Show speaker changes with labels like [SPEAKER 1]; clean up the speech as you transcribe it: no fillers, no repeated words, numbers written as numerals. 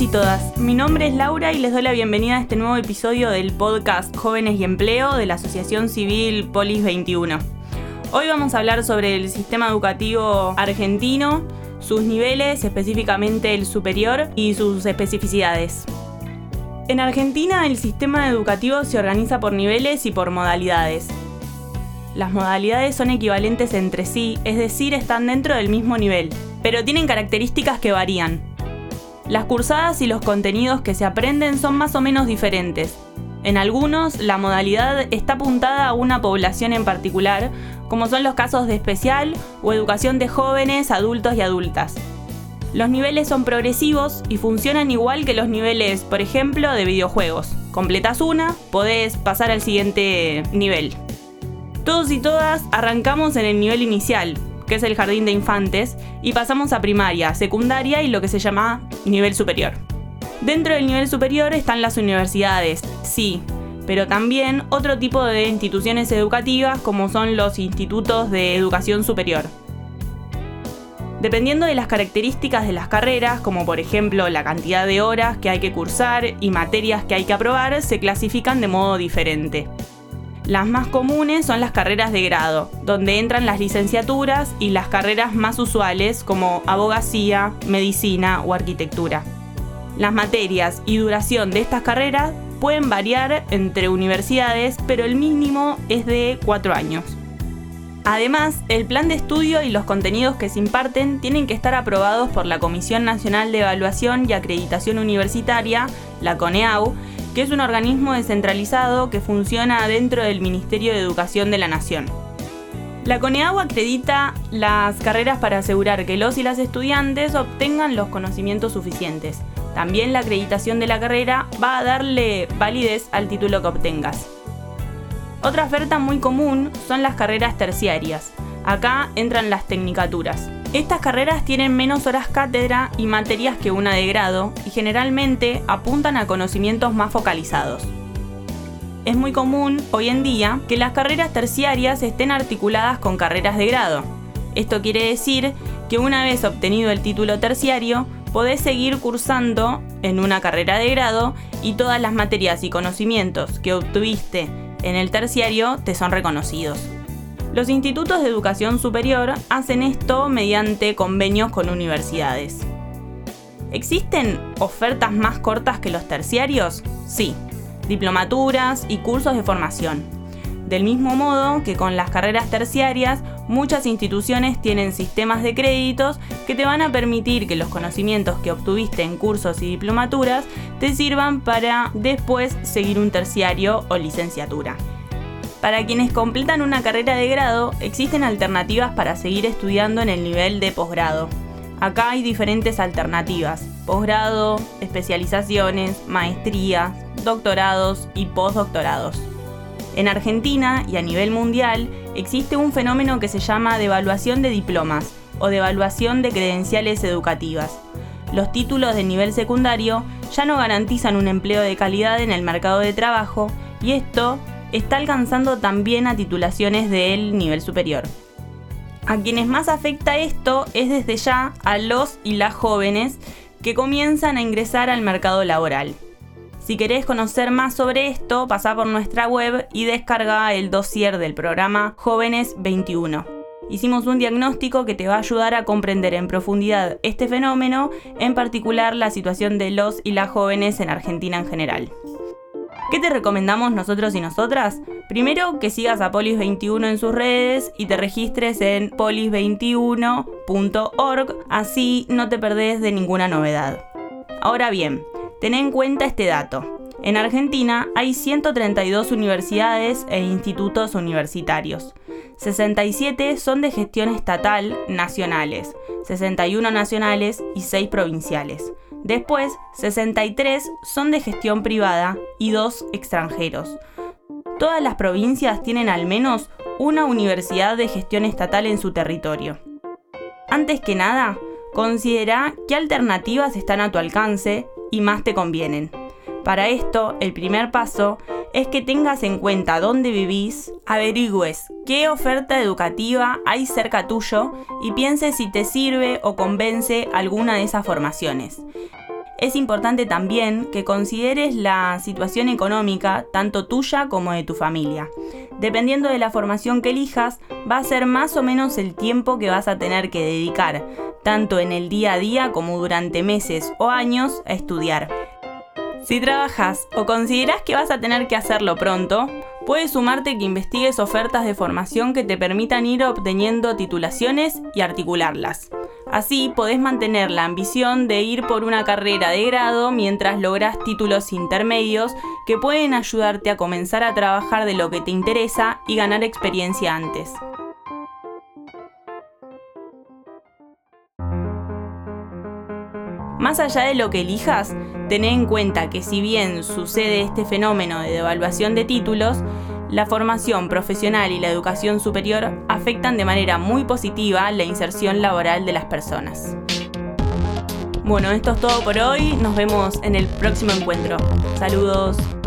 [SPEAKER 1] todas, mi nombre es Laura y les doy la bienvenida a este nuevo episodio del podcast Jóvenes y Empleo de la Asociación Civil Polis 21. Hoy vamos a hablar sobre el sistema educativo argentino, sus niveles, específicamente el superior, y sus especificidades. En Argentina el sistema educativo se organiza por niveles y por modalidades. Las modalidades son equivalentes entre sí, es decir, están dentro del mismo nivel, pero tienen características que varían. Las cursadas y los contenidos que se aprenden son más o menos diferentes. En algunos, la modalidad está apuntada a una población en particular, como son los casos de especial o educación de jóvenes, adultos y adultas. Los niveles son progresivos y funcionan igual que los niveles, por ejemplo, de videojuegos. Completas una, podés pasar al siguiente nivel. Todos y todas arrancamos en el nivel inicial, que es el jardín de infantes, y pasamos a primaria, secundaria y lo que se llama nivel superior. Dentro del nivel superior están las universidades, sí, pero también otro tipo de instituciones educativas como son los institutos de educación superior. Dependiendo de las características de las carreras, como por ejemplo la cantidad de horas que hay que cursar y materias que hay que aprobar, se clasifican de modo diferente. Las más comunes son las carreras de grado, donde entran las licenciaturas y las carreras más usuales como abogacía, medicina o arquitectura. Las materias y duración de estas carreras pueden variar entre universidades, pero el mínimo es de 4 años. Además, el plan de estudio y los contenidos que se imparten tienen que estar aprobados por la Comisión Nacional de Evaluación y Acreditación Universitaria, la CONEAU, que es un organismo descentralizado que funciona dentro del Ministerio de Educación de la Nación. La CONEAU acredita las carreras para asegurar que los y las estudiantes obtengan los conocimientos suficientes. También la acreditación de la carrera va a darle validez al título que obtengas. Otra oferta muy común son las carreras terciarias. Acá entran las tecnicaturas. Estas carreras tienen menos horas cátedra y materias que una de grado y generalmente apuntan a conocimientos más focalizados. Es muy común hoy en día que las carreras terciarias estén articuladas con carreras de grado. Esto quiere decir que una vez obtenido el título terciario, podés seguir cursando en una carrera de grado y todas las materias y conocimientos que obtuviste en el terciario te son reconocidos. Los institutos de educación superior hacen esto mediante convenios con universidades. ¿Existen ofertas más cortas que los terciarios? Sí, diplomaturas y cursos de formación. Del mismo modo que con las carreras terciarias, muchas instituciones tienen sistemas de créditos que te van a permitir que los conocimientos que obtuviste en cursos y diplomaturas te sirvan para después seguir un terciario o licenciatura. Para quienes completan una carrera de grado, existen alternativas para seguir estudiando en el nivel de posgrado. Acá hay diferentes alternativas: posgrado, especializaciones, maestrías, doctorados y postdoctorados. En Argentina y a nivel mundial existe un fenómeno que se llama devaluación de diplomas o devaluación de credenciales educativas. Los títulos de nivel secundario ya no garantizan un empleo de calidad en el mercado de trabajo y esto está alcanzando también a titulaciones del nivel superior. A quienes más afecta esto es desde ya a los y las jóvenes que comienzan a ingresar al mercado laboral. Si querés conocer más sobre esto, pasá por nuestra web y descarga el dossier del programa Jóvenes 21. Hicimos un diagnóstico que te va a ayudar a comprender en profundidad este fenómeno, en particular la situación de los y las jóvenes en Argentina en general. ¿Qué te recomendamos nosotros y nosotras? Primero, que sigas a Polis 21 en sus redes y te registres en polis21.org, así no te perdés de ninguna novedad. Ahora bien, ten en cuenta este dato. En Argentina hay 132 universidades e institutos universitarios. 67 son de gestión estatal nacionales, 61 nacionales y 6 provinciales. Después, 63 son de gestión privada y 2 extranjeros. Todas las provincias tienen al menos una universidad de gestión estatal en su territorio. Antes que nada, considera qué alternativas están a tu alcance y más te convienen. Para esto, el primer paso es que tengas en cuenta dónde vivís, averigües qué oferta educativa hay cerca tuyo y pienses si te sirve o convence alguna de esas formaciones. Es importante también que consideres la situación económica, tanto tuya como de tu familia. Dependiendo de la formación que elijas, va a ser más o menos el tiempo que vas a tener que dedicar, tanto en el día a día como durante meses o años, a estudiar. Si trabajas o consideras que vas a tener que hacerlo pronto, puedes sumarte que investigues ofertas de formación que te permitan ir obteniendo titulaciones y articularlas. Así podés mantener la ambición de ir por una carrera de grado mientras lográs títulos intermedios que pueden ayudarte a comenzar a trabajar de lo que te interesa y ganar experiencia antes. Más allá de lo que elijas, ten en cuenta que si bien sucede este fenómeno de devaluación de títulos, la formación profesional y la educación superior afectan de manera muy positiva la inserción laboral de las personas. Bueno, esto es todo por hoy. Nos vemos en el próximo encuentro. Saludos.